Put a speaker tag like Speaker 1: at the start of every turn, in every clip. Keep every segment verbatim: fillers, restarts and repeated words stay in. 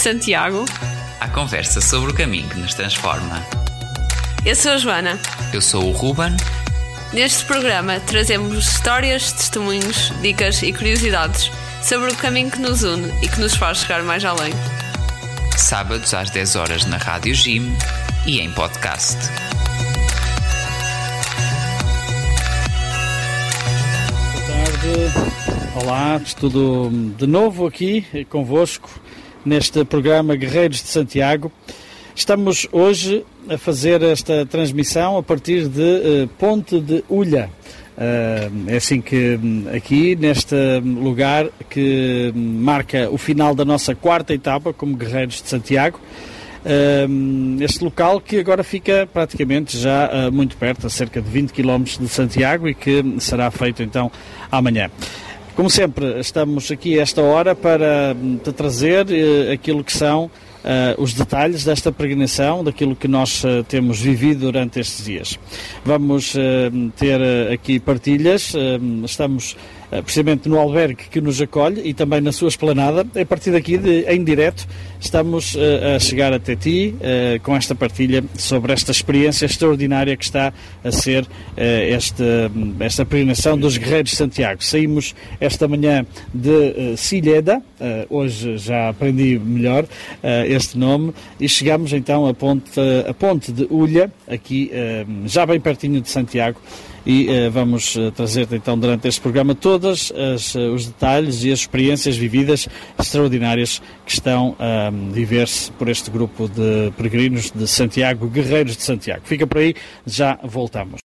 Speaker 1: Santiago.
Speaker 2: À conversa sobre o caminho que nos transforma.
Speaker 1: Eu sou a Joana.
Speaker 2: Eu sou o Ruben.
Speaker 1: Neste programa trazemos histórias, testemunhos, dicas e curiosidades sobre o caminho que nos une e que nos faz chegar mais além.
Speaker 2: Sábados às dez horas na Rádio Jim e em podcast.
Speaker 3: Boa tarde. Olá, tudo de novo aqui convosco neste programa Guerreiros de Santiago. Estamos hoje a fazer esta transmissão a partir de uh, Ponte de Ulha. Uh, é assim que aqui, neste lugar que marca o final da nossa quarta etapa como Guerreiros de Santiago, uh, este local que agora fica praticamente já uh, muito perto, a cerca de vinte quilómetros de Santiago, e que será feito então amanhã. Como sempre, estamos aqui a esta hora para te trazer uh, aquilo que são Uh, os detalhes desta peregrinação, daquilo que nós uh, temos vivido durante estes dias. Vamos uh, ter uh, aqui partilhas, uh, estamos uh, precisamente no albergue que nos acolhe e também na sua esplanada. A partir daqui, de, em direto, estamos uh, a chegar até ti uh, com esta partilha sobre esta experiência extraordinária que está a ser uh, esta, esta peregrinação dos Guerreiros de Santiago. Saímos esta manhã de uh, Silleda, uh, hoje já aprendi melhor uh, este nome, e chegamos então a ponte, a ponte de Ulha, aqui já bem pertinho de Santiago, e vamos trazer então durante este programa todos as, os detalhes e as experiências vividas extraordinárias que estão a viver-se por este grupo de peregrinos de Santiago, Guerreiros de Santiago. Fica por aí, já voltamos.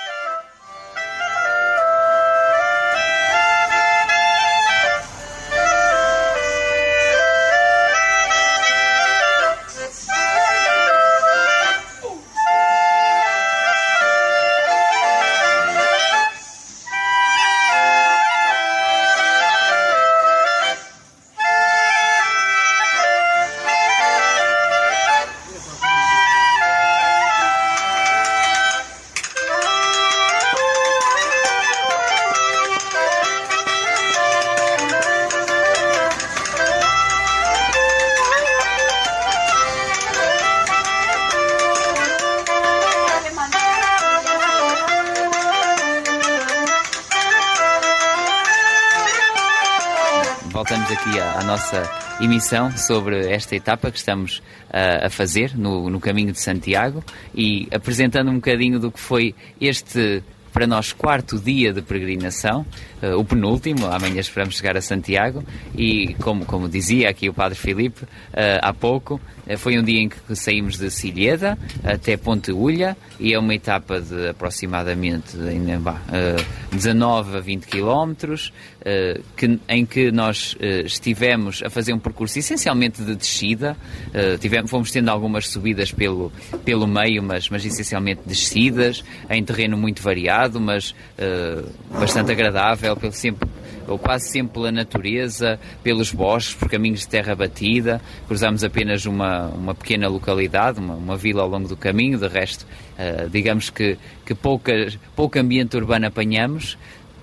Speaker 2: Voltamos aqui à, à nossa emissão sobre esta etapa que estamos uh, a fazer no, no caminho de Santiago, e apresentando um bocadinho do que foi este, para nós, quarto dia de peregrinação, uh, o penúltimo. Amanhã esperamos chegar a Santiago, e como, como dizia aqui o Padre Filipe uh, há pouco, uh, foi um dia em que saímos de Silleda até Ponte Ulha, e é uma etapa de aproximadamente uh, dezanove a vinte quilómetros, uh, que, em que nós uh, estivemos a fazer um percurso essencialmente de descida. Uh, tivemos, fomos tendo algumas subidas pelo, pelo meio, mas, mas essencialmente descidas, em terreno muito variado, mas uh, bastante agradável, pelo sempre, ou quase sempre pela natureza, pelos bosques, por caminhos de terra batida. Cruzámos apenas uma, uma pequena localidade, uma, uma vila ao longo do caminho. De resto, uh, digamos que, que pouca, pouco ambiente urbano apanhamos.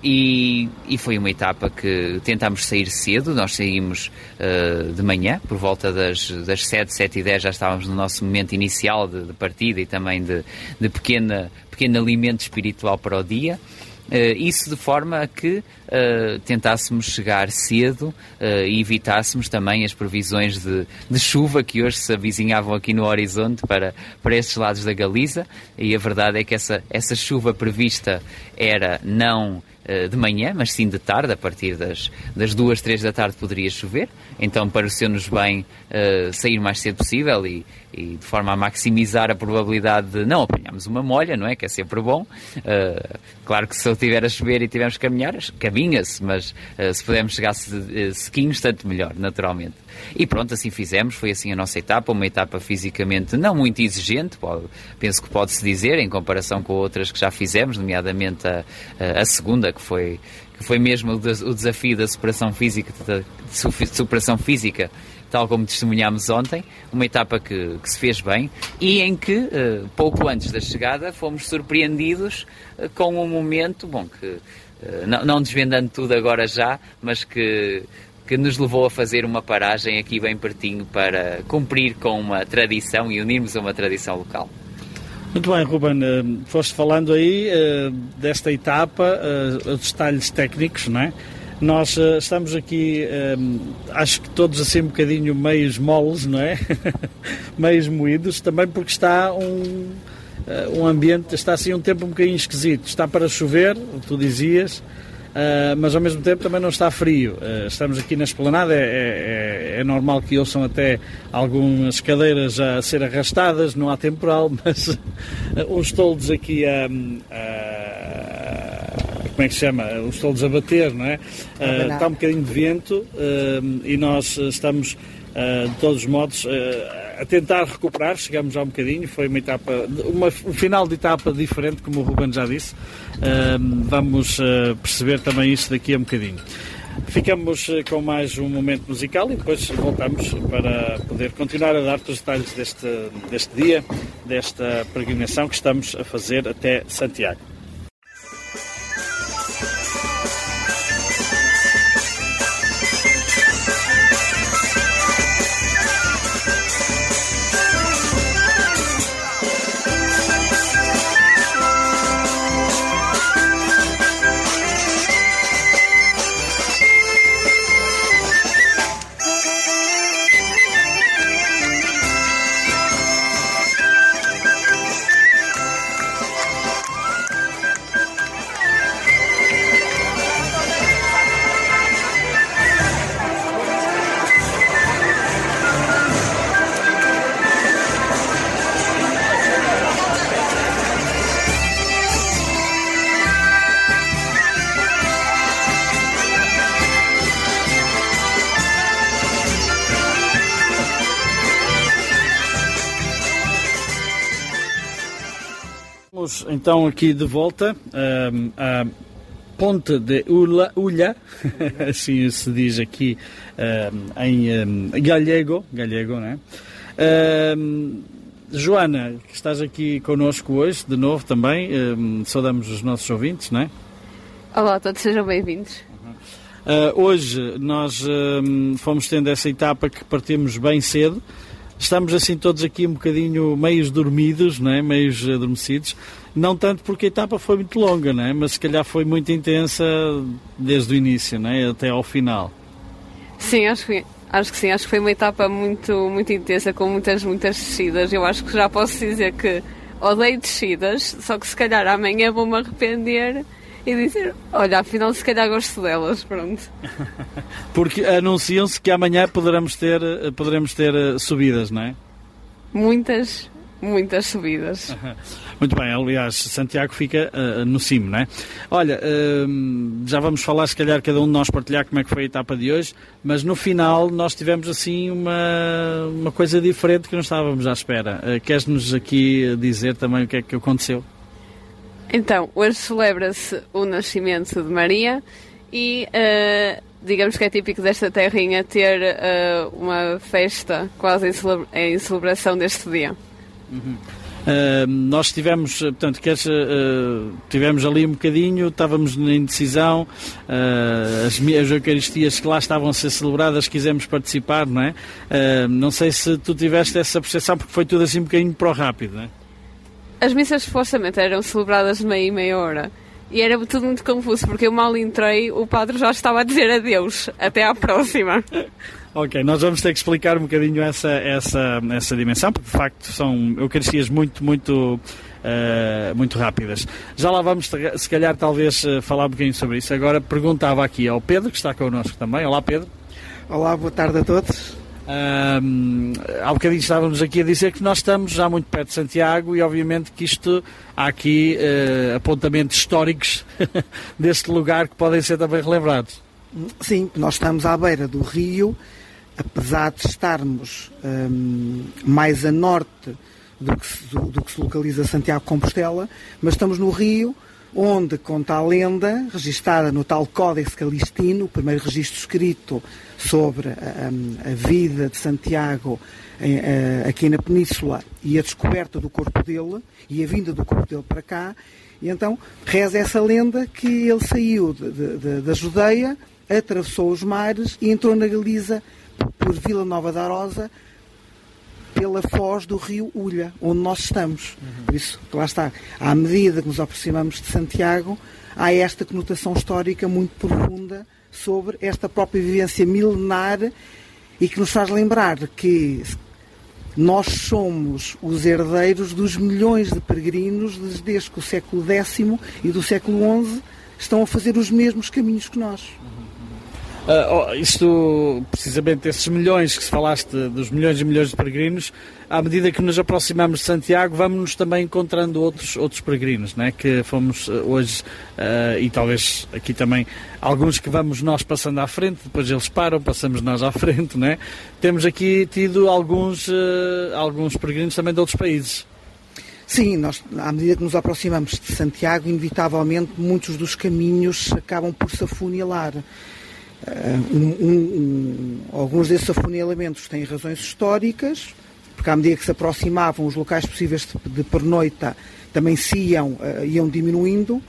Speaker 2: E, e foi uma etapa que tentámos sair cedo. Nós saímos uh, de manhã, por volta das, das sete, sete e dez, já estávamos no nosso momento inicial de, de partida e também de, de pequena, pequeno alimento espiritual para o dia. Uh, isso de forma a que uh, tentássemos chegar cedo uh, e evitássemos também as previsões de, de chuva que hoje se avizinhavam aqui no horizonte para, para estes lados da Galiza. E a verdade é que essa, essa chuva prevista era não de manhã, mas sim de tarde. A partir das, das duas, três da tarde poderia chover, então pareceu-nos bem uh, sair o mais cedo possível e, e de forma a maximizar a probabilidade de não apanharmos uma molha, não é? Que é sempre bom. Uh, claro que se eu estiver a chover e tivermos que caminhar, caminha-se, mas uh, se pudermos chegar sequinhos, tanto melhor, naturalmente. E pronto, assim fizemos, foi assim a nossa etapa, uma etapa fisicamente não muito exigente, pode, penso que pode-se dizer, em comparação com outras que já fizemos, nomeadamente a, a segunda, que foi, que foi mesmo o desafio da superação física, da superação física, tal como testemunhámos ontem, uma etapa que, que se fez bem e em que, uh, pouco antes da chegada, fomos surpreendidos uh, com um momento, bom, que uh, não, não desvendando tudo agora já, mas que, que nos levou a fazer uma paragem aqui bem pertinho para cumprir com uma tradição e unirmos a uma tradição local.
Speaker 3: Muito bem, Ruben, uh, foste falando aí uh, desta etapa, uh, os detalhes técnicos, não é? Nós uh, estamos aqui, um, acho que todos assim um bocadinho meios moles, não é? Meios moídos, também porque está um, uh, um ambiente, está assim um tempo um bocadinho esquisito. Está para chover, tu dizias, uh, mas ao mesmo tempo também não está frio. Uh, estamos aqui na esplanada, é, é, é normal que ouçam até algumas cadeiras a ser arrastadas, não há temporal, mas uh, uns toldos aqui a... a como é que se chama? Os toldos a bater, não é? Uh, está um bocadinho de vento uh, e nós estamos, uh, de todos os modos, uh, a tentar recuperar. Chegamos já um bocadinho, foi uma etapa, uma, um final de etapa diferente, como o Ruben já disse. Uh, vamos uh, perceber também isso daqui a um bocadinho. Ficamos uh, com mais um momento musical e depois voltamos para poder continuar a dar-te os detalhes deste, deste dia, desta peregrinação que estamos a fazer até Santiago. Então aqui de volta um, à Ponte de Ula, Ulha, assim se diz aqui um, em um, galego, galego, não é? Um, Joana, que estás aqui connosco hoje, de novo também, um, saudamos os nossos ouvintes, não é?
Speaker 1: Olá a todos, sejam bem-vindos.
Speaker 3: Uh, hoje nós um, fomos tendo essa etapa que partimos bem cedo. Estamos assim todos aqui um bocadinho meios dormidos, não é? Meios adormecidos. Não tanto porque a etapa foi muito longa, não é? Mas se calhar foi muito intensa desde o início, não é? Até ao final.
Speaker 1: Sim, acho que, acho que sim. Acho que foi uma etapa muito, muito intensa, com muitas, muitas descidas. Eu acho que já posso dizer que odeio descidas, só que se calhar amanhã vou-me arrepender e dizer, olha, afinal se calhar gosto delas, pronto.
Speaker 3: Porque anunciam-se que amanhã poderemos ter, poderemos ter subidas, não é?
Speaker 1: Muitas, muitas subidas.
Speaker 3: Muito bem, aliás, Santiago fica uh, no cimo, não é? Olha, uh, já vamos falar se calhar cada um de nós partilhar como é que foi a etapa de hoje, mas no final nós tivemos assim uma, uma coisa diferente que não estávamos à espera. Uh, queres-nos aqui dizer também o que é que aconteceu?
Speaker 1: Então, hoje celebra-se o nascimento de Maria e uh, digamos que é típico desta terrinha ter uh, uma festa quase em, celebra- em celebração deste dia.
Speaker 3: Uhum. Uh, nós tivemos, portanto, queres, uh, tivemos ali um bocadinho, estávamos na indecisão, uh, as, as Eucaristias que lá estavam a ser celebradas, quisemos participar, não é? Uh, não sei se tu tiveste essa percepção, porque foi tudo assim um bocadinho para o rápido, não é?
Speaker 1: As missas supostamente eram celebradas de meia e meia hora e era tudo muito confuso porque eu mal entrei, o padre já estava a dizer adeus, até à próxima.
Speaker 3: Ok, nós vamos ter que explicar um bocadinho essa, essa, essa dimensão, porque de facto são eucaristias muito, muito, uh, muito rápidas. Já lá vamos, se calhar, talvez falar um bocadinho sobre isso. Agora perguntava aqui ao Pedro, que está connosco também. Olá, Pedro.
Speaker 4: Olá, boa tarde a todos.
Speaker 3: Um, há bocadinho estávamos aqui a dizer que nós estamos já muito perto de Santiago e obviamente que isto, há aqui uh, apontamentos históricos deste lugar que podem ser também relembrados.
Speaker 4: Sim, nós estamos à beira do rio, apesar de estarmos um, mais a norte do que, se, do, do que se localiza Santiago de Compostela, mas estamos no rio, onde conta a lenda, registada no tal Códex Calistino, o primeiro registro escrito sobre a, a vida de Santiago em, a, aqui na Península e a descoberta do corpo dele e a vinda do corpo dele para cá. E então reza essa lenda que ele saiu de, de, de, da Judeia atravessou os mares e entrou na Galiza por Vila Nova da Arosa, pela foz do rio Ulha, onde nós estamos. Uhum. Por isso, lá está, à medida que nos aproximamos de Santiago, há esta conotação histórica muito profunda sobre esta própria vivência milenar e que nos faz lembrar que nós somos os herdeiros dos milhões de peregrinos desde que o século décimo e do século onze estão a fazer os mesmos caminhos que nós.
Speaker 3: Uh, oh, isto, precisamente esses milhões que se falaste, dos milhões e milhões de peregrinos, à medida que nos aproximamos de Santiago, vamos-nos também encontrando outros, outros peregrinos, né? Que fomos uh, hoje, uh, e talvez aqui também, alguns que vamos nós passando à frente, depois eles param, passamos nós à frente, né? Temos aqui tido alguns, uh, alguns peregrinos também de outros países.
Speaker 4: Sim, nós, à medida que nos aproximamos de Santiago, inevitavelmente muitos dos caminhos acabam por se afunilar. Uh, um, um, um, alguns desses afunilamentos têm razões históricas, porque à medida que se aproximavam os locais possíveis de, de pernoita também se iam, uh, iam diminuindo.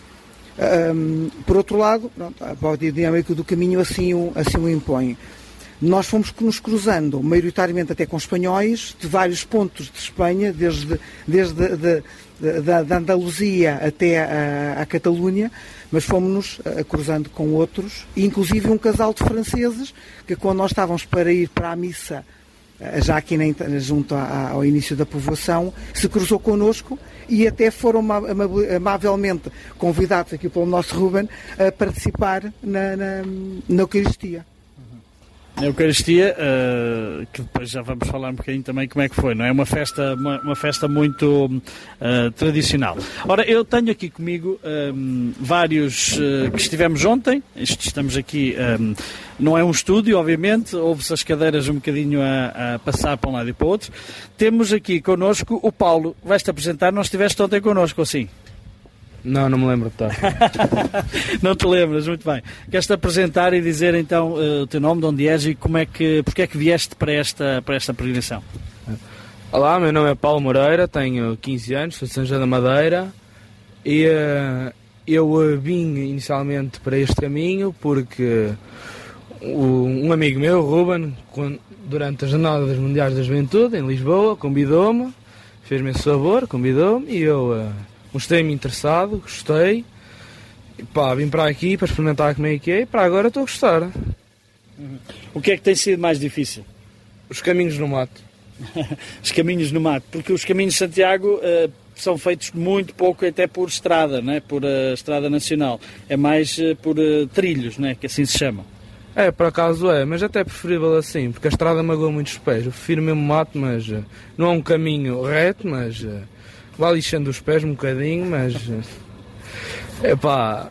Speaker 4: Um, por outro lado, pronto, a dinâmica do caminho assim o, assim o impõe. Nós fomos nos cruzando, maioritariamente até com espanhóis, de vários pontos de Espanha, desde, desde de, de, de, da Andaluzia até a, a Catalunha, mas fomos-nos uh, cruzando com outros, inclusive um casal de franceses, que quando nós estávamos para ir para a missa, uh, já aqui na, junto a, ao início da povoação, se cruzou connosco e até foram amavelmente convidados aqui pelo nosso Ruben a participar na, na, na Eucaristia.
Speaker 3: A Eucaristia, uh, que depois já vamos falar um bocadinho também como é que foi, não é? Uma festa, uma, uma festa muito uh, tradicional. Ora, eu tenho aqui comigo um, vários uh, que estivemos ontem, estamos aqui, um, não é um estúdio, obviamente, ouve-se as cadeiras um bocadinho a, a passar para um lado e para o outro. Temos aqui connosco o Paulo, vais-te apresentar, não estiveste ontem connosco, assim?
Speaker 5: Não, não me lembro de estar.
Speaker 3: Não te lembras, muito bem. Queres-te apresentar e dizer então uh, o teu nome, de onde és e como é que, porque é que vieste para esta, para esta peregrinação?
Speaker 5: Olá, meu nome é Paulo Moreira, tenho quinze anos, sou de São João da Madeira e uh, eu uh, vim inicialmente para este caminho porque uh, um amigo meu, Ruben, quando, durante as Jornadas Mundiais da Juventude em Lisboa, convidou-me, fez-me esse favor, convidou-me e eu... Uh, mostrei-me interessado, gostei, e, pá, vim para aqui para experimentar como é que é e para agora estou a gostar.
Speaker 3: Uhum. O que é que tem sido mais difícil?
Speaker 5: Os caminhos no mato.
Speaker 3: Os caminhos no mato, porque os caminhos de Santiago uh, são feitos muito pouco até por estrada, né? Por uh, estrada nacional, é mais uh, por uh, trilhos, né? Que assim se chama.
Speaker 5: É, por acaso é, mas até é preferível assim, porque a estrada magoa muito os pés. Eu prefiro mesmo mato, mas uh, não é um caminho reto, mas... Uh, vai lixando os pés um bocadinho, mas... É pá...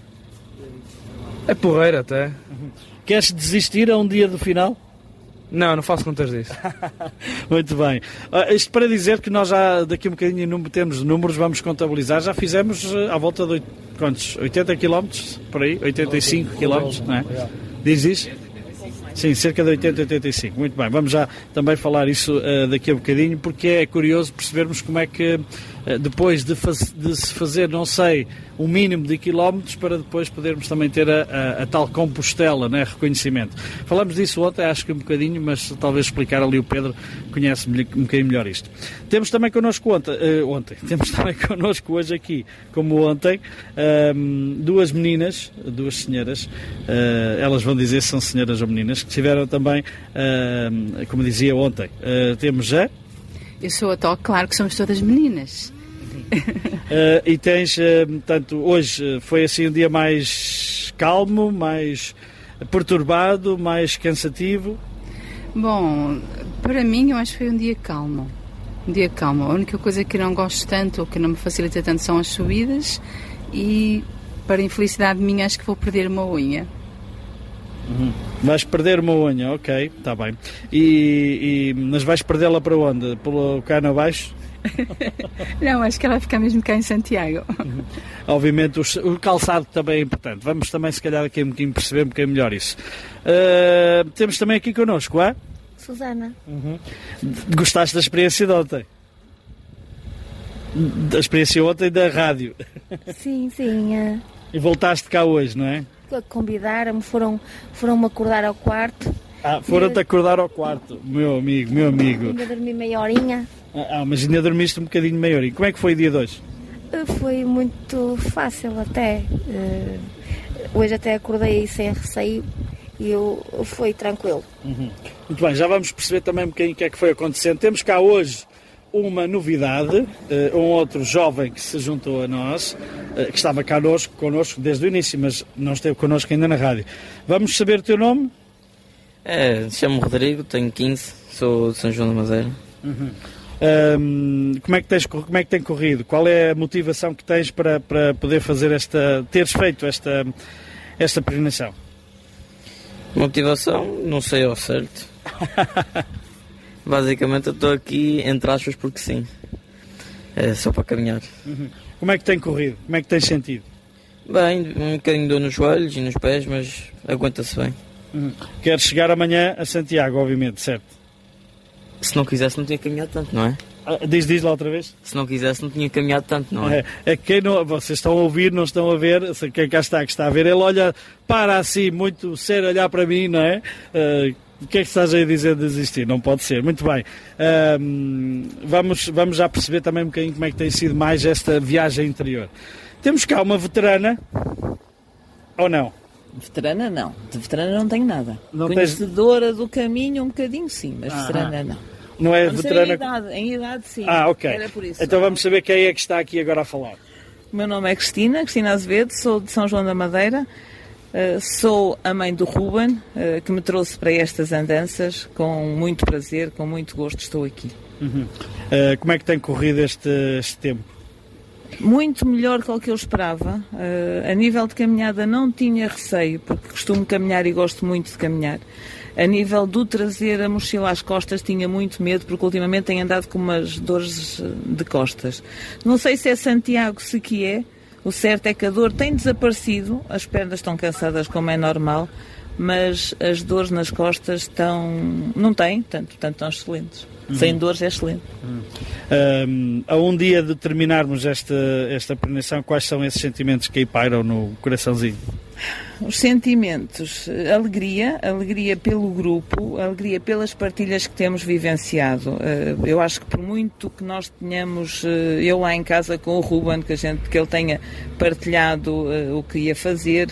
Speaker 5: É porreira até.
Speaker 3: Queres desistir a um dia do final?
Speaker 5: Não, não faço contas disso.
Speaker 3: Muito bem. Uh, isto para dizer que nós já daqui a um bocadinho temos números, vamos contabilizar. Já fizemos uh, à volta de oito, quantos? oitenta quilómetros, por aí? oitenta e cinco quilómetros, não é? Diz isso? Sim, cerca de oitenta, oitenta e cinco. Muito bem, vamos já também falar isso uh, daqui a bocadinho, porque é curioso percebermos como é que, uh, depois de, faz, de se fazer, não sei, um mínimo de quilómetros, para depois podermos também ter a, a, a tal Compostela, né, reconhecimento. Falamos disso ontem, acho que um bocadinho, mas talvez explicar ali, o Pedro conhece um bocadinho melhor isto. Temos também connosco ontem, uh, ontem, temos também connosco hoje aqui, como ontem, um, duas meninas, duas senhoras, uh, elas vão dizer se são senhoras ou meninas, que estiveram também, uh, como dizia ontem, uh, temos a...
Speaker 6: Eu sou a Tó, claro que somos todas meninas.
Speaker 3: Uh, e tens, uh, portanto, hoje foi assim um dia mais calmo, mais perturbado, mais cansativo?
Speaker 6: Bom, para mim eu acho que foi um dia calmo. Um dia calmo. A única coisa que eu não gosto tanto, ou que não me facilita tanto, são as subidas, e para infelicidade minha acho que vou perder uma unha.
Speaker 3: Uhum. Vais perder uma unha, ok, está bem. E, e, mas vais perdê-la para onde? Pelo cano abaixo?
Speaker 6: Não, acho que ela vai ficar mesmo cá em Santiago.
Speaker 3: Uhum. Obviamente o, o calçado também é importante. Vamos também, se calhar, aqui um bocadinho perceber um bocadinho melhor isso. Uh, temos também aqui connosco a
Speaker 7: Susana.
Speaker 3: Uhum. Gostaste da experiência de ontem? Da experiência ontem da rádio?
Speaker 7: Sim, sim. É.
Speaker 3: E voltaste cá hoje, não é?
Speaker 7: convidaram-me, foram, foram-me acordar ao quarto.
Speaker 3: Ah, foram-te acordar ao quarto, meu amigo, meu amigo.
Speaker 7: Ainda dormi meia horinha.
Speaker 3: Ah, mas ainda dormiste um bocadinho meia horinha. Como é que foi o dia de hoje?
Speaker 7: Foi muito fácil até. Hoje até acordei aí sem receio e eu, foi tranquilo.
Speaker 3: Uhum. Muito bem, já vamos perceber também um bocadinho o que é que foi acontecendo. Temos cá hoje uma novidade, um outro jovem que se juntou a nós, que estava connosco, connosco desde o início, mas não esteve connosco ainda na rádio. Vamos saber o teu nome?
Speaker 8: É, chamo-me Rodrigo, tenho quinze, sou de São João da Madeira.
Speaker 3: Uhum. Um, como, é que tens, como é que tem corrido? Qual é a motivação que tens para, para poder fazer esta, teres feito esta, esta peregrinação?
Speaker 8: Motivação? Não sei ao certo. Basicamente eu estou aqui, entre aspas, porque sim. É só para caminhar.
Speaker 3: Uhum. Como é que tem corrido? Como é que tens sentido?
Speaker 8: Bem, um bocadinho de dor nos joelhos e nos pés, mas aguenta-se bem.
Speaker 3: Uhum. Queres chegar amanhã a Santiago, obviamente, certo?
Speaker 8: Se não quisesse não tinha caminhado tanto, não é?
Speaker 3: Ah, diz, diz lá outra vez.
Speaker 8: Se não quisesse não tinha caminhado tanto, não é?
Speaker 3: É, é que quem não, vocês estão a ouvir, não estão a ver, quem cá está, que está a ver, ele olha, para assim, muito sério, olhar para mim, não é? Uh, o que é que estás a dizer de desistir? Não pode ser. Muito bem. Uh, vamos, vamos já perceber também um bocadinho como é que tem sido mais esta viagem interior. Temos cá uma veterana, ou não?
Speaker 9: Veterana não, de veterana não tenho nada.
Speaker 3: Não
Speaker 9: Conhecedora tens... do caminho um bocadinho sim, mas
Speaker 3: ah,
Speaker 9: veterana não.
Speaker 3: Não é
Speaker 9: Vamos
Speaker 3: veterana?
Speaker 9: Em idade, em idade sim.
Speaker 3: Ah, ok.
Speaker 9: Era por isso.
Speaker 3: Então vamos saber quem é que está aqui agora a falar.
Speaker 9: O meu nome é Cristina, Cristina Azevedo, sou de São João da Madeira, uh, sou a mãe do Ruben, uh, que me trouxe para estas andanças, com muito prazer, com muito gosto estou aqui.
Speaker 3: Uhum. Uh, como é que tem corrido este, este tempo?
Speaker 9: Muito melhor que o que eu esperava. Uh, a nível de caminhada não tinha receio, porque costumo caminhar e gosto muito de caminhar. A nível do trazer a mochila às costas tinha muito medo, porque ultimamente tenho andado com umas dores de costas. Não sei se é Santiago, se que é. O certo é que a dor tem desaparecido, as pernas estão cansadas como é normal, mas as dores nas costas estão... não têm, tanto, tanto estão excelentes. Uhum. Sem dores é excelente.
Speaker 3: Uhum. Um, a um dia de terminarmos esta, esta peregrinação, quais são esses sentimentos que aí pairam no coraçãozinho?
Speaker 9: Os sentimentos, alegria, alegria pelo grupo, alegria pelas partilhas que temos vivenciado. Eu acho que por muito que nós tenhamos, eu lá em casa com o Ruben, que, a gente, que ele tenha partilhado o que ia fazer,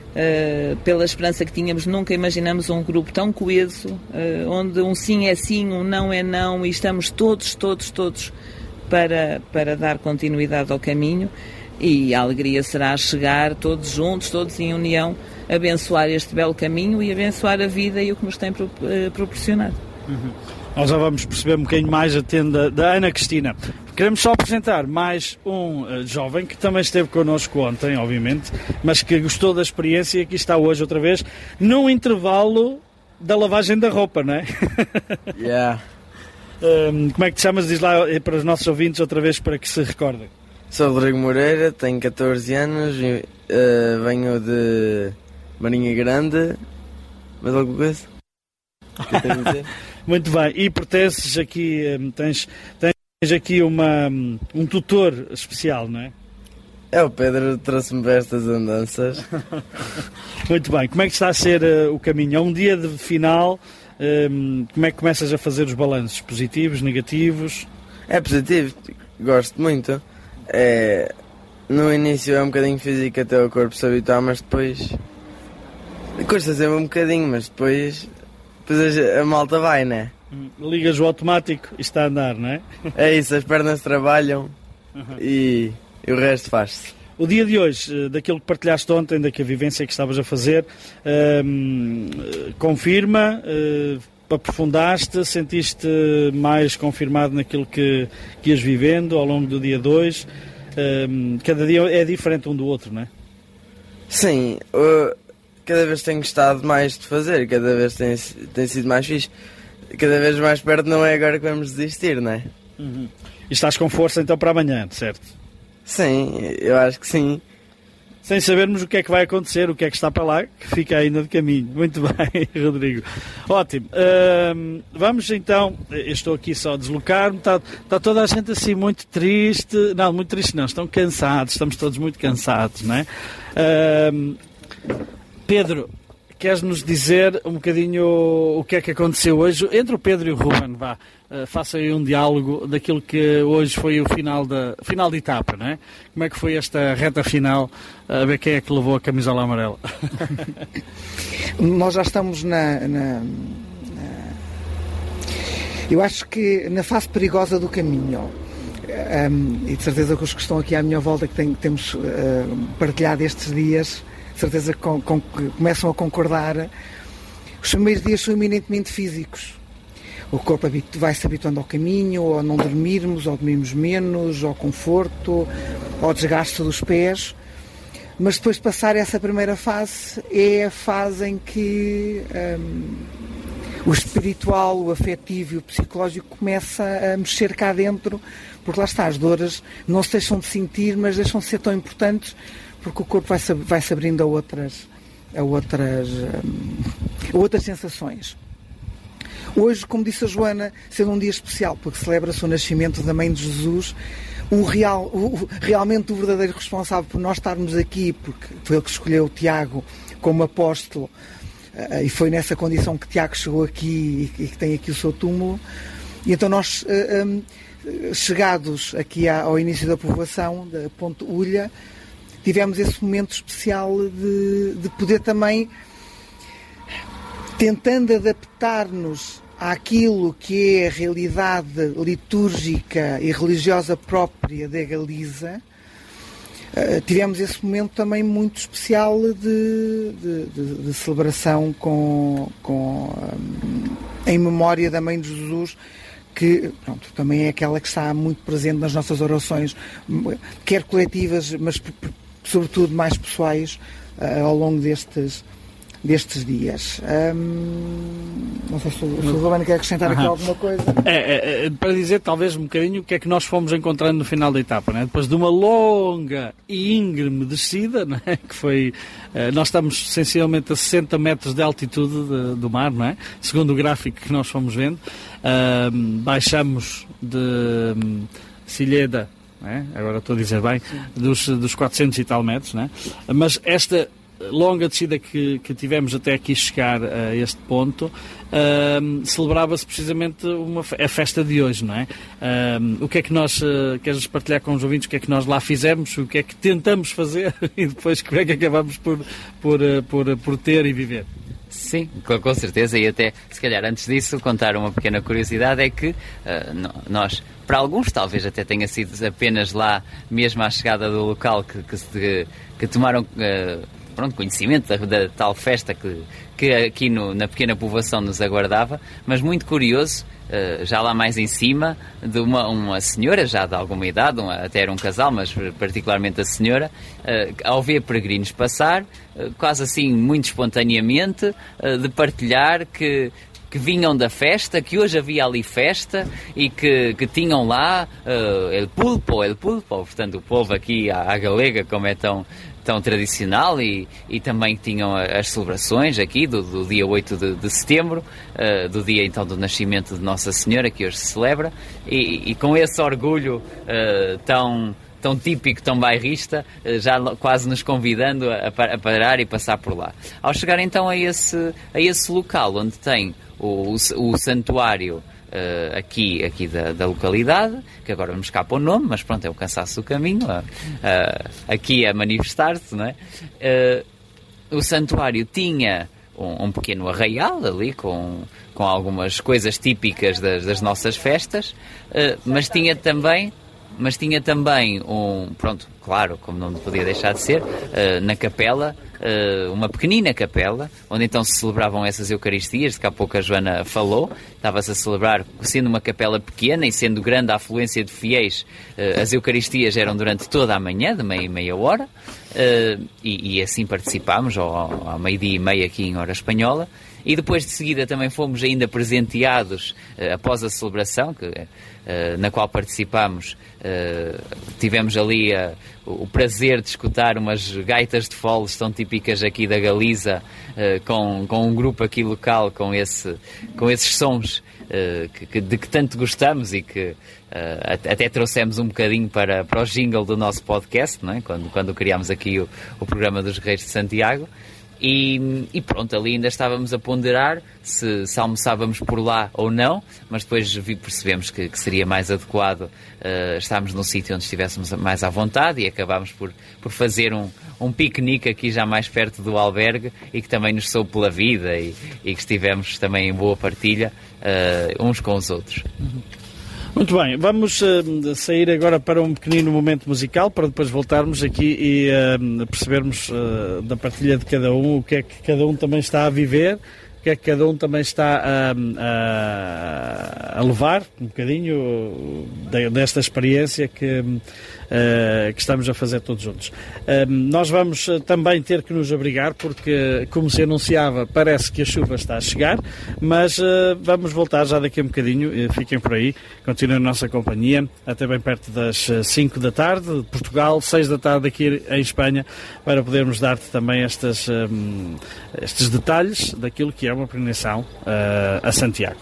Speaker 9: pela esperança que tínhamos, nunca imaginamos um grupo tão coeso, onde um sim é sim, um não é não, e estamos todos, todos, todos para, para dar continuidade ao caminho. E a alegria será chegar todos juntos, todos em união, abençoar este belo caminho e abençoar a vida e o que nos tem proporcionado.
Speaker 3: Uhum. Nós já vamos perceber um bocadinho mais a tenda da Ana Cristina. Queremos só apresentar mais um uh, jovem que também esteve connosco ontem, obviamente, mas que gostou da experiência e aqui está hoje outra vez, num intervalo da lavagem da roupa, não é?
Speaker 8: Yeah.
Speaker 3: um, como é que te chamas? Diz lá para os nossos ouvintes outra vez para que se recordem.
Speaker 8: Sou Rodrigo Moreira, tenho catorze anos, uh, venho de Marinha Grande. Mais alguma coisa? Que eu tenho a dizer?
Speaker 3: Muito bem, e pertences aqui, tens, tens aqui uma, um tutor especial, não é?
Speaker 8: É, o Pedro trouxe-me para estas andanças.
Speaker 3: Muito bem, como é que está a ser uh, o caminho? É um dia de final, um, como é que começas a fazer os balanços? Positivos, negativos?
Speaker 8: É positivo, gosto muito. É, no início é um bocadinho físico até o corpo se habituar, mas depois custa sempre um bocadinho, mas depois, depois a, a malta vai, né?
Speaker 3: Ligas o automático e está a andar, não é?
Speaker 8: É isso, as pernas trabalham uhum. e, e o resto faz-se.
Speaker 3: O dia de hoje, daquilo que partilhaste ontem, daquela vivência que estavas a fazer, hum, confirma, hum, aprofundaste, sentiste mais confirmado naquilo que, que ias vivendo ao longo do dia de hoje? Um, cada dia é diferente um do outro, não é?
Speaker 8: Sim, uh, cada vez tenho gostado mais de fazer, cada vez tem, tem sido mais fixe. Cada vez mais perto não é agora que vamos desistir, não é?
Speaker 3: Uhum. E estás com força então para amanhã, certo?
Speaker 8: Sim, eu acho que sim.
Speaker 3: Sem sabermos o que é que vai acontecer, o que é que está para lá, que fica ainda de caminho. Muito bem, Rodrigo. Ótimo. Uh, vamos então, eu estou aqui só a deslocar-me, está, está toda a gente assim muito triste, não, muito triste não, estão cansados, estamos todos muito cansados, não é? Uh, Pedro, queres-nos dizer um bocadinho o que é que aconteceu hoje? Entre o Pedro e o Ruben, vá, uh, faça aí um diálogo daquilo que hoje foi o final, da, final de etapa, não é? Como é que foi esta reta final, a ver quem é que levou a camisola amarela?
Speaker 4: Nós já estamos na, na, na... Eu acho que na fase perigosa do caminho. Um, e de certeza que os que estão aqui à minha volta, que, tem, que temos uh, partilhado estes dias, de certeza que, com, com, que começam a concordar. Os primeiros dias são eminentemente físicos. O corpo vai-se habituando ao caminho, ou a não dormirmos, ou dormirmos menos, ao conforto, ao desgaste dos pés. Mas depois de passar essa primeira fase, é a fase em que um, o espiritual, o afetivo e o psicológico começa a mexer cá dentro, porque lá está, as dores não se deixam de sentir, mas deixam de ser tão importantes, porque o corpo vai-se vai -se abrindo a outras, a, outras, a outras sensações. Hoje, como disse a Joana, sendo um dia especial, porque celebra-se o nascimento da Mãe de Jesus, o real, o, realmente o verdadeiro responsável por nós estarmos aqui, porque foi ele que escolheu o Tiago como apóstolo, uh, e foi nessa condição que Tiago chegou aqui e, e que tem aqui o seu túmulo. E então nós, uh, um, chegados aqui ao início da povoação, da Ponte Ulha, tivemos esse momento especial de, de poder também, tentando adaptar-nos àquilo que é a realidade litúrgica e religiosa própria da Galiza, uh, tivemos esse momento também muito especial de, de, de, de celebração com, com, um, em memória da Mãe de Jesus, que pronto, também é aquela que está muito presente nas nossas orações, quer coletivas, mas sobretudo mais pessoais, uh, ao longo destes, destes dias. Um, não sei se o Ruben quer acrescentar aqui alguma coisa.
Speaker 3: É, é, para dizer talvez um bocadinho o que é que nós fomos encontrando no final da etapa, né? Depois de uma longa e íngreme descida, né? Que foi, uh, nós estamos sensivelmente a sessenta metros de altitude de, do mar, não é? Segundo o gráfico que nós fomos vendo. Uh, baixamos de um, Silheda, é? Agora estou a dizer bem, dos, dos quatrocentos e tal metros, não é? Mas esta longa descida que, que tivemos até aqui chegar a este ponto, uh, celebrava-se precisamente uma, a festa de hoje, não é? Uh, o que é que nós, uh, queres partilhar com os ouvintes, o que é que nós lá fizemos, o que é que tentamos fazer e depois como é que acabamos por, por, uh, por, por ter e viver?
Speaker 2: Sim, com, com certeza, e até, se calhar, antes disso, contar uma pequena curiosidade, é que uh, nós, para alguns, talvez até tenha sido apenas lá, mesmo à chegada do local, que, que, que tomaram uh, pronto, conhecimento da, da tal festa que, que aqui no, na pequena povoação nos aguardava, mas muito curioso, uh, já lá mais em cima, de uma, uma senhora, já de alguma idade, uma, até era um casal, mas particularmente a senhora, uh, ao ver peregrinos passar, uh, quase assim, muito espontaneamente, uh, de partilhar que que vinham da festa, que hoje havia ali festa e que, que tinham lá uh, el pulpo, el pulpo, portanto o povo aqui à, à galega, como é tão, tão tradicional, e, e também tinham as celebrações aqui do, do dia oito de, de setembro, uh, do dia então do nascimento de Nossa Senhora, que hoje se celebra, e, e com esse orgulho uh, tão... tão típico, tão bairrista, já quase nos convidando a, a parar e passar por lá. Ao chegar então a esse, a esse local onde tem o, o, o santuário uh, aqui, aqui da, da localidade, que agora não me escapa o nome, mas pronto, é o cansaço do caminho, uh, uh, aqui a manifestar-se, não é? Uh, o santuário tinha um, um pequeno arraial ali, com, com algumas coisas típicas das, das nossas festas, uh, mas tinha também mas tinha também um, pronto, claro, como não podia deixar de ser, uh, na capela, uh, uma pequenina capela, onde então se celebravam essas Eucaristias, de que há pouco a Joana falou. Estava-se a celebrar, sendo uma capela pequena e sendo grande a afluência de fiéis, uh, as Eucaristias eram durante toda a manhã, de meia e meia hora, uh, e, e assim participámos, ao, ao meio-dia e meia aqui em hora espanhola. E depois de seguida também fomos ainda presenteados, uh, após a celebração, que, uh, na qual participámos, uh, tivemos ali uh, o prazer de escutar umas gaitas de foles tão típicas aqui da Galiza, uh, com, com um grupo aqui local, com, esse, com esses sons uh, que, que, de que tanto gostamos e que uh, até trouxemos um bocadinho para, para o jingle do nosso podcast, não é? quando, quando criámos aqui o, o programa dos Guerreiros de Santiago. E, e pronto, ali ainda estávamos a ponderar se, se almoçávamos por lá ou não, mas depois vi, percebemos que, que seria mais adequado uh, estarmos num sítio onde estivéssemos mais à vontade, e acabámos por, por fazer um, um piquenique aqui já mais perto do albergue, e que também nos soube pela vida, e, e que estivemos também em boa partilha uh, uns com os outros.
Speaker 3: Uhum. Muito bem, vamos uh, sair agora para um pequenino momento musical, para depois voltarmos aqui e uh, percebermos uh, da partilha de cada um o que é que cada um também está a viver, o que é que cada um também está a, a, a levar um bocadinho desta experiência que, uh, que estamos a fazer todos juntos. Uh, nós vamos também ter que nos abrigar, porque, como se anunciava, parece que a chuva está a chegar, mas uh, vamos voltar já daqui a um bocadinho. Uh, fiquem por aí, continuem a nossa companhia até bem perto das cinco da tarde de Portugal, seis da tarde aqui em Espanha, para podermos dar-te também estas, um, estes detalhes daquilo que é uma peregrinação uh, a Santiago.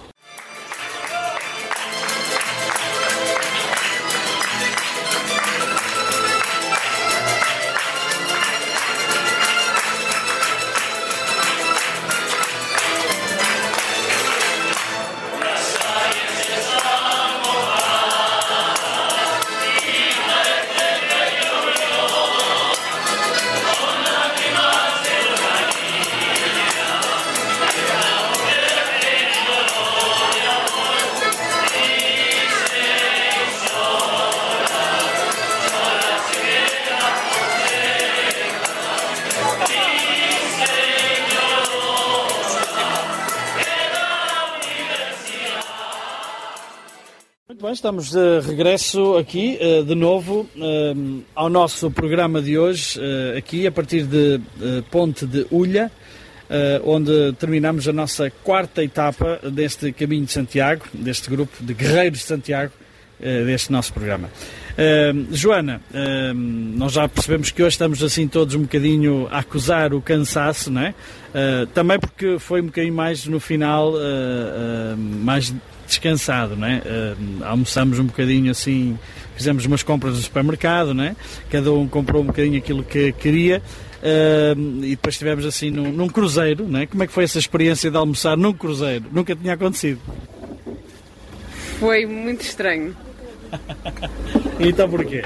Speaker 3: Estamos de regresso aqui, de novo, ao nosso programa de hoje, aqui a partir de Ponte de Ulha, onde terminamos a nossa quarta etapa deste Caminho de Santiago, deste grupo de Guerreiros de Santiago, deste nosso programa. Joana, nós já percebemos que hoje estamos assim todos um bocadinho a acusar o cansaço, não é? Também porque foi um bocadinho mais no final, mais descansado, não é? Uh, almoçamos um bocadinho assim, fizemos umas compras no supermercado, não é? Cada um comprou um bocadinho aquilo que queria, uh, e depois estivemos assim num, num cruzeiro, não é? Como é que foi essa experiência de almoçar num cruzeiro? Nunca tinha acontecido.
Speaker 1: Foi muito estranho.
Speaker 3: Então porquê?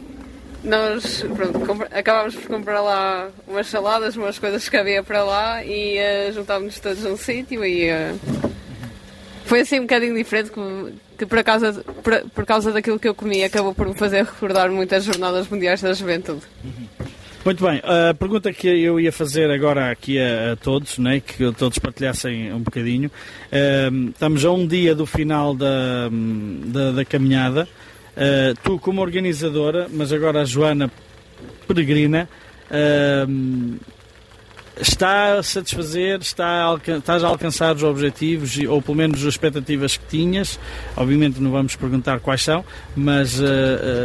Speaker 1: Nós, pronto, compra, acabámos por comprar lá umas saladas, umas coisas que havia para lá, e uh, juntámos-nos todos num sítio e... Uh, Foi assim um bocadinho diferente, que, que por, causa, por, por causa daquilo que eu comi acabou por me fazer recordar muitas jornadas mundiais da juventude.
Speaker 3: Muito bem, a pergunta que eu ia fazer agora aqui a, a todos, né, que todos partilhassem um bocadinho, uh, estamos a um dia do final da, da, da caminhada, uh, tu como organizadora, mas agora a Joana peregrina, uh, está a satisfazer, está a alcan- estás a alcançar os objetivos, ou pelo menos as expectativas que tinhas? Obviamente não vamos perguntar quais são, mas uh,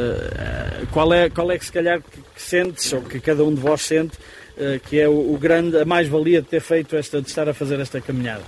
Speaker 3: uh, qual, é, qual é que se calhar que, que sentes, ou que cada um de vós sente, uh, que é o, o grande, a mais-valia de ter feito esta, de estar a fazer esta caminhada?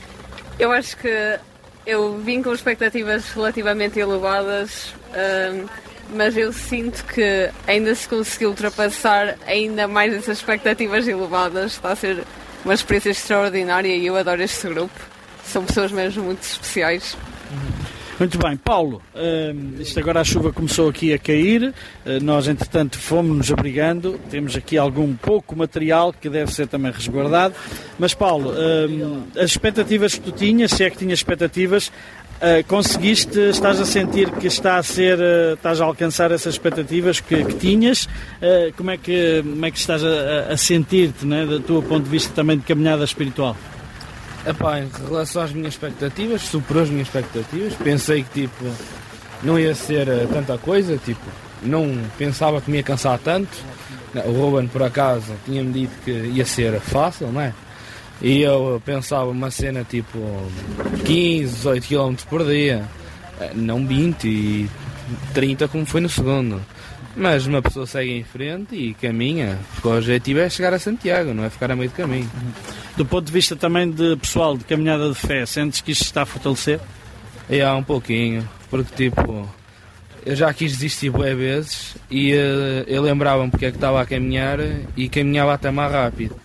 Speaker 1: Eu acho que eu vim com expectativas relativamente elevadas, uh, mas eu sinto que ainda se conseguiu ultrapassar ainda mais essas expectativas elevadas. Está a ser uma experiência extraordinária e eu adoro este grupo. São pessoas mesmo muito especiais.
Speaker 3: Muito bem, Paulo, uh, isto agora a chuva começou aqui a cair, uh, nós entretanto fomos-nos abrigando, temos aqui algum pouco material que deve ser também resguardado, mas Paulo, uh, as expectativas que tu tinhas, se é que tinhas expectativas, Uh, conseguiste, estás a sentir que está a ser, uh, estás a alcançar essas expectativas que, que tinhas, uh, como, é que, como é que estás a, a sentir-te, né, do teu ponto de vista também de caminhada espiritual?
Speaker 5: Epá, em relação às minhas expectativas, superou as minhas expectativas, pensei que tipo, não ia ser uh, tanta coisa, tipo, não pensava que me ia cansar tanto, o Ruben por acaso tinha-me dito que ia ser fácil, não é? E eu pensava uma cena tipo quinze, dezoito quilómetros por dia, não vinte e trinta como foi no segundo. Mas uma pessoa segue em frente e caminha, porque o objetivo é chegar a Santiago, não é ficar a meio do caminho.
Speaker 3: Do ponto de vista também de pessoal, de caminhada de fé, sentes que isto está a fortalecer?
Speaker 5: É, um pouquinho, porque tipo, eu já quis desistir bué vezes e uh, eu lembrava-me porque é que estava a caminhar e caminhava até mais rápido.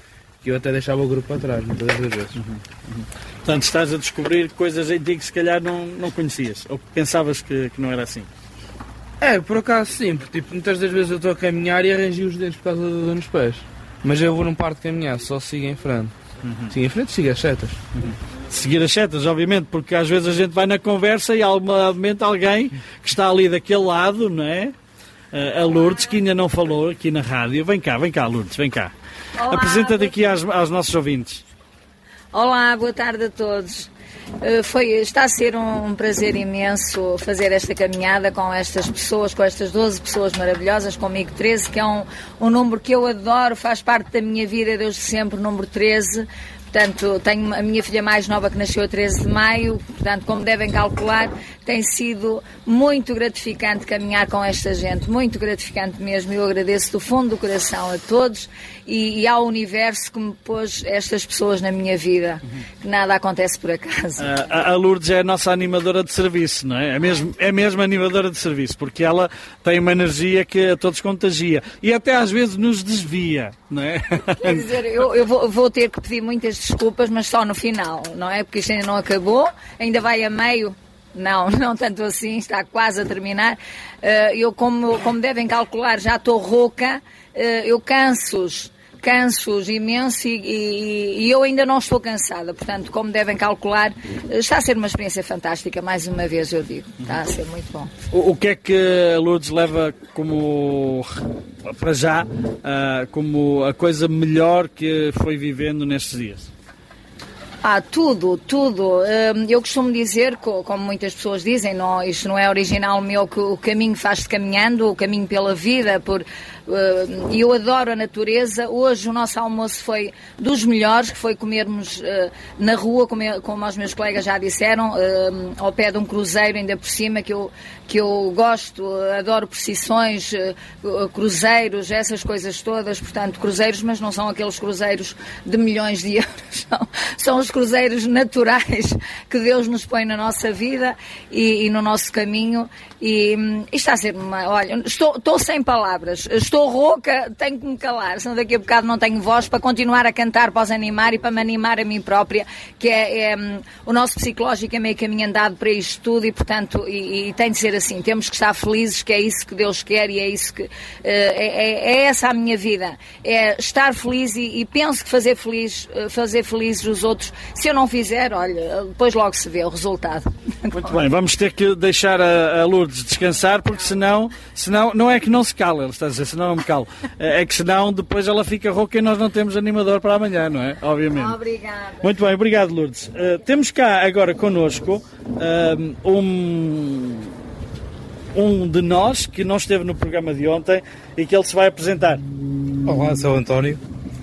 Speaker 5: que eu até deixava o grupo para trás, muitas das vezes.
Speaker 3: Uhum. Uhum. Portanto, estás a descobrir coisas em ti que se calhar não, não conhecias, ou pensavas que, que não era assim.
Speaker 5: É, por acaso sim, porque tipo, muitas das vezes eu estou a caminhar e arranji os dedos por causa da dor nos pés. Mas eu vou não paro de caminhar, só sigo em frente. Uhum. Sigo em frente e sigo as setas.
Speaker 3: Uhum. Seguir as setas, obviamente, porque às vezes a gente vai na conversa e há algum alguém que está ali daquele lado, não é? A Lourdes, que ainda não falou aqui na rádio. Vem cá, vem cá, Lourdes, vem cá. Apresenta-te aqui aos, aos nossos ouvintes.
Speaker 10: Olá, boa tarde a todos. Uh, foi, está a ser um, um prazer imenso fazer esta caminhada com estas pessoas, com estas doze pessoas maravilhosas, comigo treze, que é um, um número que eu adoro, faz parte da minha vida desde sempre, o número treze. Portanto, tenho a minha filha mais nova que nasceu a treze de maio, portanto, como devem calcular, tem sido muito gratificante caminhar com esta gente, muito gratificante mesmo. Eu agradeço do fundo do coração a todos e, e ao universo que me pôs estas pessoas na minha vida, que nada acontece por acaso.
Speaker 3: A, a Lourdes é a nossa animadora de serviço, não é? É mesmo, é mesmo animadora de serviço, porque ela tem uma energia que a todos contagia e até às vezes nos desvia, não é?
Speaker 10: Quer dizer, eu, eu vou, vou ter que pedir muitas desculpas, mas só no final, não é? Porque isto ainda não acabou, ainda vai a meio. Não, não tanto assim, está quase a terminar. Eu, como, como devem calcular, já estou rouca, eu canso-os, canso-os imenso e, e, e eu ainda não estou cansada. Portanto, como devem calcular, está a ser uma experiência fantástica, mais uma vez eu digo. Está a ser muito bom.
Speaker 3: O, o que é que a Lourdes leva como, para já, como a coisa melhor que foi vivendo nestes dias?
Speaker 10: Ah, tudo, tudo. Eu costumo dizer, como muitas pessoas dizem, não, isto não é original meu, que o caminho faz-se caminhando, o caminho pela vida, por, e eu adoro a natureza. Hoje o nosso almoço foi dos melhores, que foi comermos na rua, como, como os meus colegas já disseram, ao pé de um cruzeiro ainda por cima, que eu, que eu gosto, adoro procissões, cruzeiros, essas coisas todas. Portanto, cruzeiros, mas não são aqueles cruzeiros de milhões de euros, são, são os cruzeiros naturais que Deus nos põe na nossa vida e, e no nosso caminho e, e está a ser uma... Olha, estou, estou sem palavras, estou rouca, tenho que me calar, senão daqui a bocado não tenho voz para continuar a cantar, para os animar e para me animar a mim própria, que é, é o nosso psicológico é meio caminho andado para isto tudo e, portanto, e, e tem de ser assim, temos que estar felizes, que é isso que Deus quer e é isso que... É, é, é essa a minha vida, é estar feliz e, e penso que fazer feliz, fazer felizes os outros. Se eu não fizer, olha, depois logo se vê o resultado.
Speaker 3: Muito bem, vamos ter que deixar a, a Lourdes descansar, porque senão, senão, não é que não se cala, ele está a dizer, senão não me calo, é que senão depois ela fica rouca e nós não temos animador para amanhã, não é? Obviamente.
Speaker 10: Obrigada.
Speaker 3: Muito bem, obrigado, Lourdes. Uh, temos cá agora connosco uh, um, um de nós que não esteve no programa de ontem e que ele se vai apresentar.
Speaker 11: Olá, sou o António.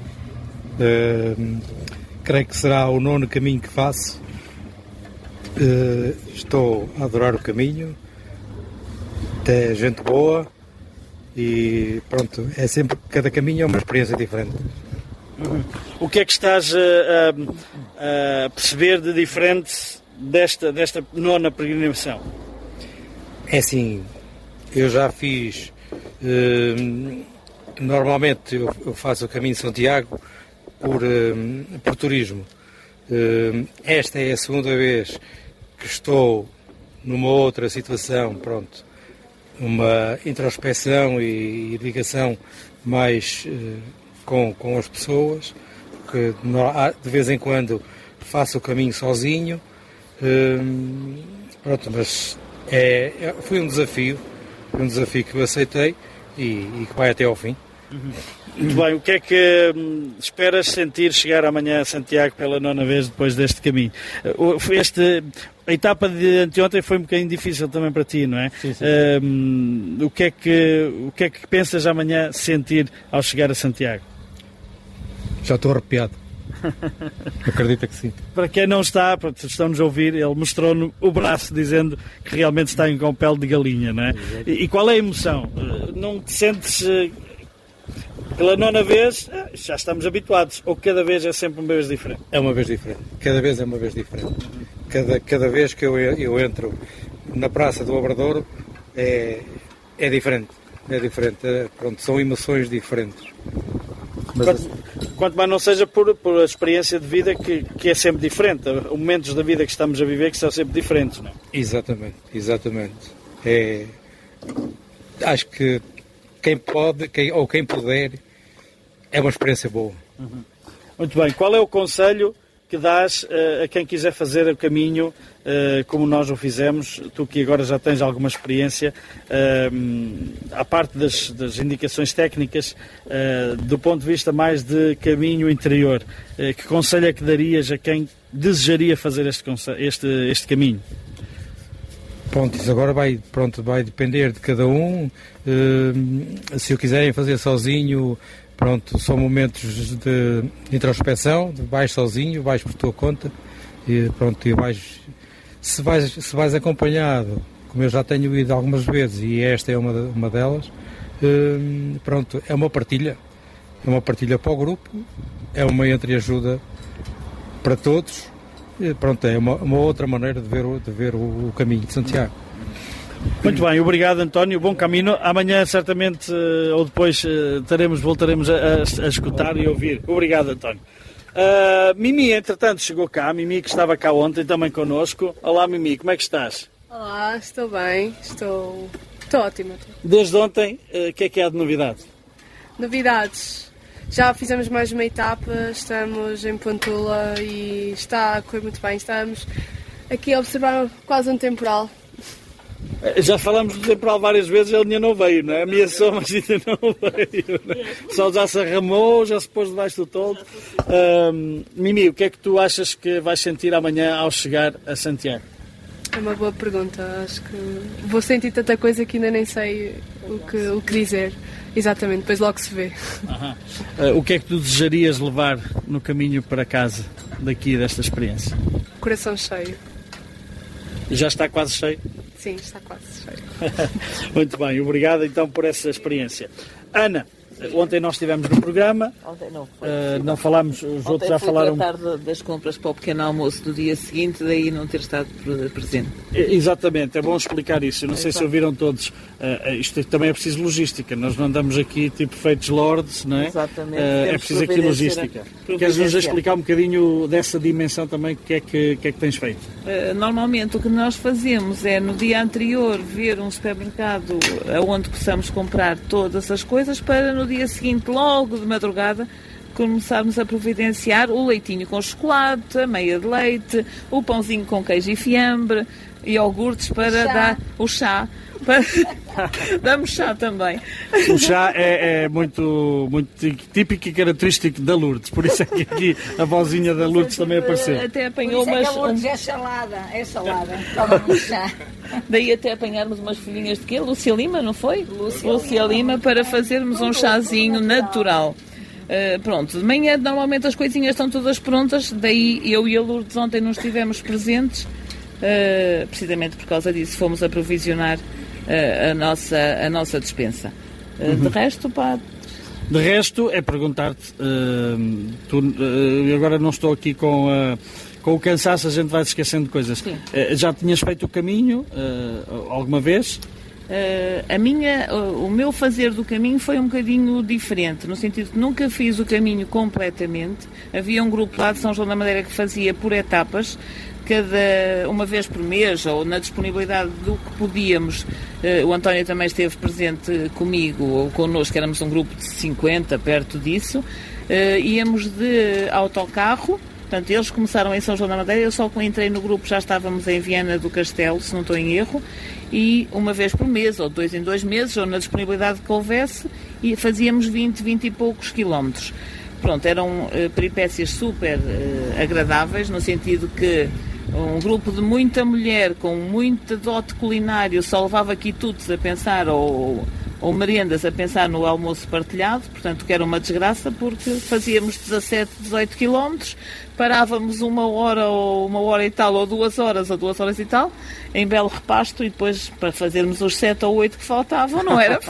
Speaker 11: Uh, creio que será o nono caminho que faço. Uh, estou a adorar o caminho, é gente boa e pronto, é sempre, cada caminho é uma experiência diferente.
Speaker 3: Uhum. O que é que estás a, a perceber de diferente desta, desta nona peregrinação?
Speaker 11: É assim, eu já fiz, uh, normalmente eu, eu faço o caminho de Santiago por, uh, por turismo. Uh, esta é a segunda vez que estou numa outra situação, pronto, uma introspeção e ligação mais uh, com, com as pessoas, porque de vez em quando faço o caminho sozinho, uh, pronto, mas é, é, foi um desafio, foi um desafio que eu aceitei e, e que vai até ao fim.
Speaker 3: Uhum. Muito bem, o que é que hum, esperas sentir chegar amanhã a Santiago pela nona vez depois deste caminho? Este, a etapa de anteontem foi um bocadinho difícil também para ti, não é?
Speaker 11: Sim, sim.
Speaker 3: Hum, o, que é que, o que é que pensas amanhã sentir ao chegar a Santiago?
Speaker 11: Já estou arrepiado. Acredita que sim.
Speaker 3: Para quem não está, estão-nos a ouvir, ele mostrou-nos o braço dizendo que realmente está com pele de galinha, não é? E, e qual é a emoção? Não te sentes... Pela nona vez, já estamos habituados, ou cada vez é sempre uma vez diferente?
Speaker 11: É uma vez diferente, cada vez é uma vez diferente. Cada, cada vez que eu, eu entro na Praça do Obradouro é, é diferente, é diferente, é, pronto, são emoções diferentes.
Speaker 3: Mas... Quanto, quanto mais não seja por, por a experiência de vida que, que é sempre diferente, momentos da vida que estamos a viver que são sempre diferentes, não é?
Speaker 11: Exatamente, exatamente. É, acho que quem pode, quem, ou quem puder, é uma experiência boa.
Speaker 3: Uhum. Muito bem, qual é o conselho que dás uh, a quem quiser fazer o caminho uh, como nós o fizemos, tu que agora já tens alguma experiência, uh, à parte das, das indicações técnicas, uh, do ponto de vista mais de caminho interior, uh, que conselho é que darias a quem desejaria fazer este, este, este caminho?
Speaker 11: Pronto, isso agora vai, pronto, vai depender de cada um. Uh, se o quiserem fazer sozinho, pronto, são momentos de introspeção, de vais sozinho, vais por tua conta e pronto, e vais, se vais, se vais acompanhado, como eu já tenho ido algumas vezes e esta é uma, uma delas, uh, pronto, é uma partilha, é uma partilha para o grupo, é uma entreajuda para todos. Pronto, é uma, uma outra maneira de ver, o, de ver o, o caminho de Santiago.
Speaker 3: Muito bem, obrigado António, bom caminho. Amanhã certamente, ou depois, teremos, voltaremos a, a, a escutar e ouvir. Obrigado António. Uh, Mimi, entretanto, chegou cá, Mimi que estava cá ontem também connosco. Olá Mimi, como é que estás?
Speaker 12: Olá, estou bem, estou, estou ótima.
Speaker 3: Desde ontem, o uh, que é que há de novidade?
Speaker 12: Novidades... Já fizemos mais uma etapa, estamos em Pontula e está a correr muito bem. Estamos aqui a observar quase um temporal.
Speaker 3: Já falámos do temporal várias vezes, ele ainda não veio, não é? Ameaçou, mas ainda não veio. Não é? O sol já se arramou, já se pôs debaixo do toldo. Um, Mimi, o que é que tu achas que vais sentir amanhã ao chegar a Santiago?
Speaker 12: É uma boa pergunta. Acho que vou sentir tanta coisa que ainda nem sei o que, o que dizer. Exatamente, depois logo se vê.
Speaker 3: Uh, o que é que tu desejarias levar no caminho para casa daqui desta experiência?
Speaker 12: Coração cheio.
Speaker 3: Já está quase cheio?
Speaker 12: Sim, está quase cheio.
Speaker 3: Muito bem, obrigado então por essa experiência. Ana, ontem nós estivemos no programa.
Speaker 9: Ontem não foi.
Speaker 3: Uh, não falámos, os
Speaker 9: ontem
Speaker 3: outros já
Speaker 9: fui
Speaker 3: falaram.
Speaker 9: tratar das compras para o pequeno almoço do dia seguinte, daí não ter estado presente.
Speaker 3: Exatamente, é bom explicar isso. Eu não sei
Speaker 9: Exato.
Speaker 3: se ouviram todos. Uh, isto também é preciso logística. Nós não andamos aqui tipo feitos lords, não é?
Speaker 9: Exatamente.
Speaker 3: Uh, é preciso aqui logística. Queres nos explicar um bocadinho dessa dimensão também, o que é que, que, é que tens feito?
Speaker 9: Uh, normalmente o que nós fazemos é no dia anterior ver um supermercado onde possamos comprar todas as coisas para no dia seguinte, logo de madrugada, começarmos a providenciar o leitinho com chocolate, a meia de leite, o pãozinho com queijo e fiambre, iogurtes para
Speaker 10: chá.
Speaker 9: dar o chá. Para... Damos chá também.
Speaker 3: O chá é, é muito, muito típico e característico da Lourdes, por isso é que aqui a vozinha da Lourdes também apareceu.
Speaker 9: Até apanhou
Speaker 10: Por isso é
Speaker 9: umas...
Speaker 10: que a Lourdes é salada, é salada. Toma um chá.
Speaker 9: Daí até apanharmos umas folhinhas de quê? Lúcia Lima, não foi?
Speaker 10: Lúcia,
Speaker 9: Lúcia Lima, para fazermos um chazinho natural. Uh, pronto, de manhã normalmente as coisinhas estão todas prontas, daí eu e a Lourdes ontem não estivemos presentes, uh, precisamente por causa disso fomos aprovisionar uh, a, nossa, a nossa despensa. Uh, uhum. De resto, pá...
Speaker 3: De resto, é perguntar-te, uh, tu, uh, agora não estou aqui com, uh, com o cansaço, a gente vai se esquecendo de coisas. Uh, já tinhas feito o caminho uh, alguma vez?
Speaker 9: Uh, a minha, uh, o meu fazer do caminho foi um bocadinho diferente, no sentido que nunca fiz o caminho completamente. Havia um grupo lá de São João da Madeira que fazia por etapas, cada uma vez por mês, ou na disponibilidade do que podíamos. Uh, o António também esteve presente comigo, ou connosco, éramos um grupo de cinquenta, perto disso. Uh, íamos de autocarro. Portanto, eles começaram em São João da Madeira, eu só entrei no grupo, já estávamos em Viana do Castelo, se não estou em erro, e uma vez por mês, ou dois em dois meses, ou na disponibilidade que houvesse, e fazíamos vinte, vinte e poucos quilómetros. Pronto, eram uh, peripécias super uh, agradáveis, no sentido que um grupo de muita mulher, com muita dote culinário, só levava quitutes a pensar, ou... ou merendas a pensar no almoço partilhado, portanto que era uma desgraça porque fazíamos dezassete, dezoito quilómetros, parávamos uma hora ou uma hora e tal, ou duas horas ou duas horas e tal, em belo repasto, e depois para fazermos os sete ou oito que faltavam, não era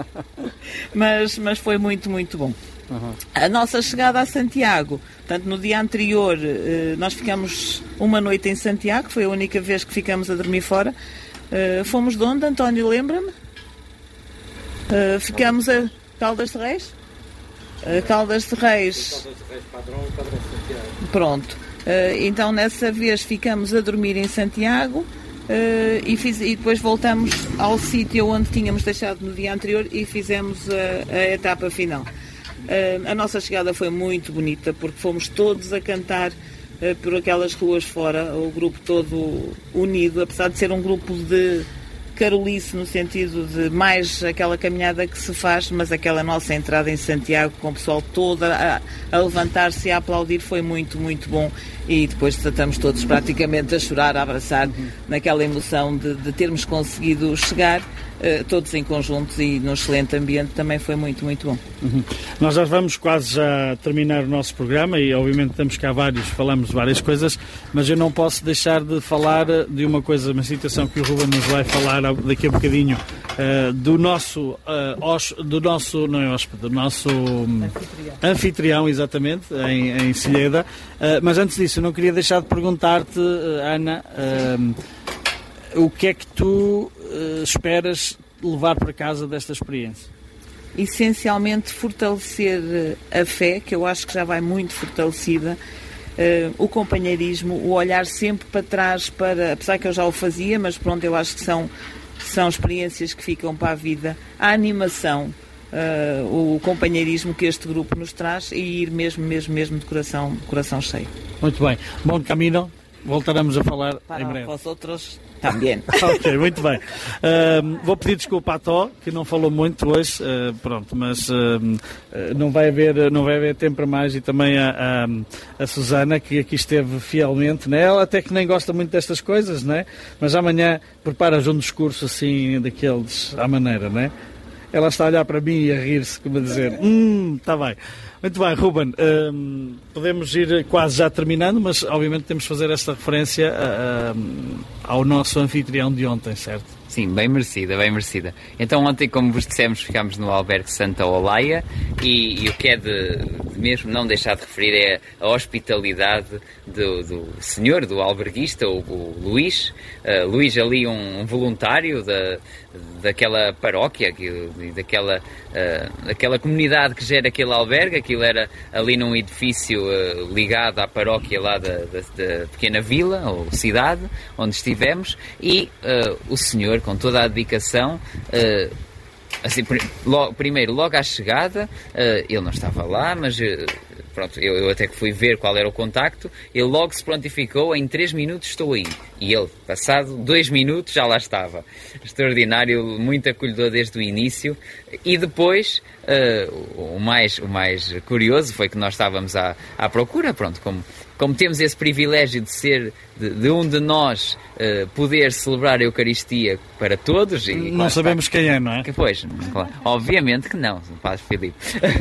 Speaker 9: mas, mas foi muito, muito bom. Uhum. A nossa chegada a Santiago, portanto no dia anterior nós ficamos uma noite em Santiago, foi a única vez que ficamos a dormir fora. Fomos de onde, António, lembra-me? Uh, ficamos a Caldas de Reis? Uh, Caldas de Reis.
Speaker 11: Caldas de Reis, Padrão e Padrão Santiago.
Speaker 9: Pronto. Uh, então, nessa vez, ficamos a dormir em Santiago. Uh, e, fiz, e depois voltamos ao sítio onde tínhamos deixado no dia anterior e fizemos a, a etapa final. Uh, a nossa chegada foi muito bonita porque fomos todos a cantar uh, por aquelas ruas fora, o grupo todo unido, apesar de ser um grupo de carolice no sentido de mais aquela caminhada que se faz, mas aquela nossa entrada em Santiago com o pessoal todo a, a levantar-se e a aplaudir foi muito, muito bom. E depois estamos todos praticamente a chorar, a abraçar, uhum. naquela emoção de, de termos conseguido chegar, uh, todos em conjunto e num excelente ambiente, também foi muito, muito bom.
Speaker 3: Uhum. Nós já vamos quase já terminar o nosso programa e obviamente temos cá vários, falamos de várias coisas, mas eu não posso deixar de falar de uma coisa, uma situação que o Ruben nos vai falar daqui a bocadinho, uh, do nosso, uh, os, do nosso, não é hóspede, do nosso um, anfitrião. anfitrião, exatamente, em, em Silheda, uh, mas antes disso eu não queria deixar de perguntar-te, Ana, uh, o que é que tu uh, esperas levar para casa desta experiência?
Speaker 9: Essencialmente fortalecer a fé, que eu acho que já vai muito fortalecida, uh, o companheirismo, o olhar sempre para trás, para, apesar que eu já o fazia, mas pronto, eu acho que são, são experiências que ficam para a vida, a animação, Uh, o companheirismo que este grupo nos traz e ir mesmo, mesmo, mesmo de coração, coração cheio.
Speaker 3: Muito bem. Bom caminho. Voltaremos a falar
Speaker 9: para
Speaker 3: em breve.
Speaker 9: Para os outros também.
Speaker 3: Ok, muito bem. Uh, vou pedir desculpa à Tó, que não falou muito hoje, uh, pronto, mas uh, não, vai haver, não vai haver tempo para mais, e também a, a, a Susana, que aqui esteve fielmente, né? Ela até que nem gosta muito destas coisas, né? Mas amanhã preparas um discurso assim, daqueles à maneira, né? Ela está a olhar para mim e a rir-se, como a dizer, hum, está bem. Muito bem, Ruben, um, podemos ir quase já terminando, mas obviamente temos de fazer esta referência a, a, ao nosso anfitrião de ontem, certo?
Speaker 2: Sim, bem merecida, bem merecida. Então ontem, como vos dissemos, ficámos no Albergue Santa Olaia e, e o que é de, de mesmo não deixar de referir é a hospitalidade do, do senhor, do alberguista, o, o Luís. Uh, Luís ali, um, um voluntário da, daquela paróquia, daquela, uh, daquela comunidade que gera aquele albergue. Aquilo era ali num edifício uh, ligado à paróquia lá da, da, da pequena vila ou cidade onde estivemos, e uh, o senhor, com toda a dedicação, uh, assim, pr logo, primeiro, logo à chegada, uh, ele não estava lá, mas uh, pronto, eu, eu até que fui ver qual era o contacto, ele logo se prontificou, em três minutos estou aí. E ele, passado dois minutos, já lá estava. Extraordinário, muito acolhedor desde o início. E depois, uh, o, mais, o mais curioso foi que nós estávamos à, à procura, pronto, como... Como temos esse privilégio de ser, de, de um de nós uh, poder celebrar a Eucaristia para todos. E,
Speaker 3: não
Speaker 2: claro,
Speaker 3: sabemos
Speaker 2: está,
Speaker 3: quem é, não é?
Speaker 2: Que, pois, claro, obviamente que não, Padre Filipe.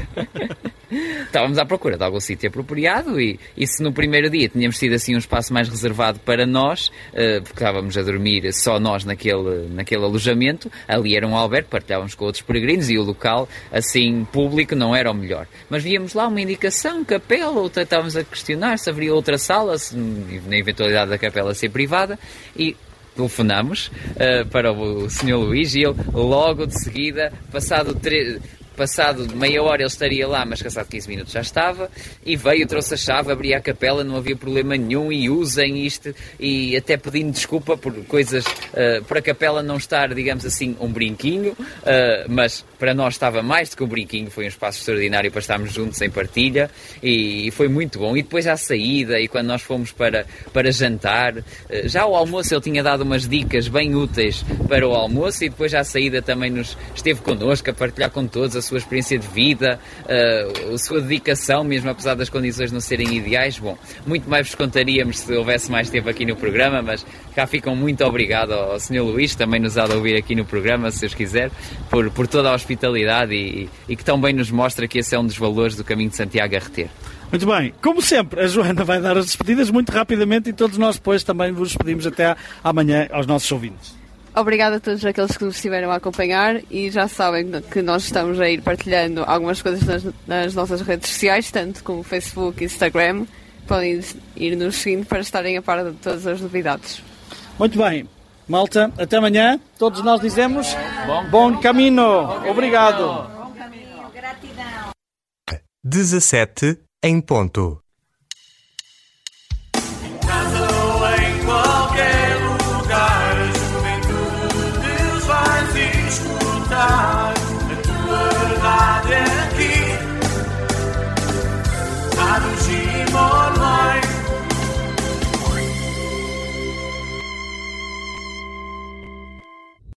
Speaker 2: Estávamos à procura de algum sítio apropriado e, e se no primeiro dia tínhamos tido assim um espaço mais reservado para nós, uh, porque estávamos a dormir só nós naquele, naquele alojamento, ali era um albergue, partilhávamos com outros peregrinos e o local, assim, público, não era o melhor. Mas víamos lá uma indicação, capela, ou estávamos a questionar se haveria outra sala, se, na eventualidade da capela ser privada, e telefonamos uh, para o senhor Luís e ele logo de seguida, passado tre... Passado meia hora ele estaria lá, mas passado quinze minutos já estava, e veio, trouxe a chave, abria a capela, não havia problema nenhum, e usem isto, e até pedindo desculpa por coisas, uh, por a capela não estar, digamos assim, um brinquinho, uh, mas para nós estava mais do que um brinquinho, foi um espaço extraordinário para estarmos juntos em partilha, e, e foi muito bom. E depois à saída, e quando nós fomos para, para jantar, uh, já ao almoço ele tinha dado umas dicas bem úteis para o almoço, e depois à saída também nos esteve connosco a partilhar com todos a sua experiência de vida, uh, a sua dedicação, mesmo apesar das condições não serem ideais. Bom, muito mais vos contaríamos se houvesse mais tempo aqui no programa, mas cá ficam muito obrigado ao senhor Luís, também nos há de ouvir aqui no programa, se Deus quiser, por, por toda a hospitalidade e, e que tão bem nos mostra que esse é um dos valores do Caminho de Santiago a reter.
Speaker 3: Muito bem, como sempre, a Joana vai dar as despedidas muito rapidamente e todos nós depois também vos despedimos até amanhã aos nossos ouvintes.
Speaker 1: Obrigada a todos aqueles que nos estiveram a acompanhar e já sabem que nós estamos a ir partilhando algumas coisas nas, nas nossas redes sociais, tanto como Facebook e Instagram. Podem ir nos seguindo para estarem a par de todas as novidades.
Speaker 3: Muito bem, malta, até amanhã. Todos nós dizemos bom, bom caminho. Obrigado.
Speaker 13: dezassete em ponto.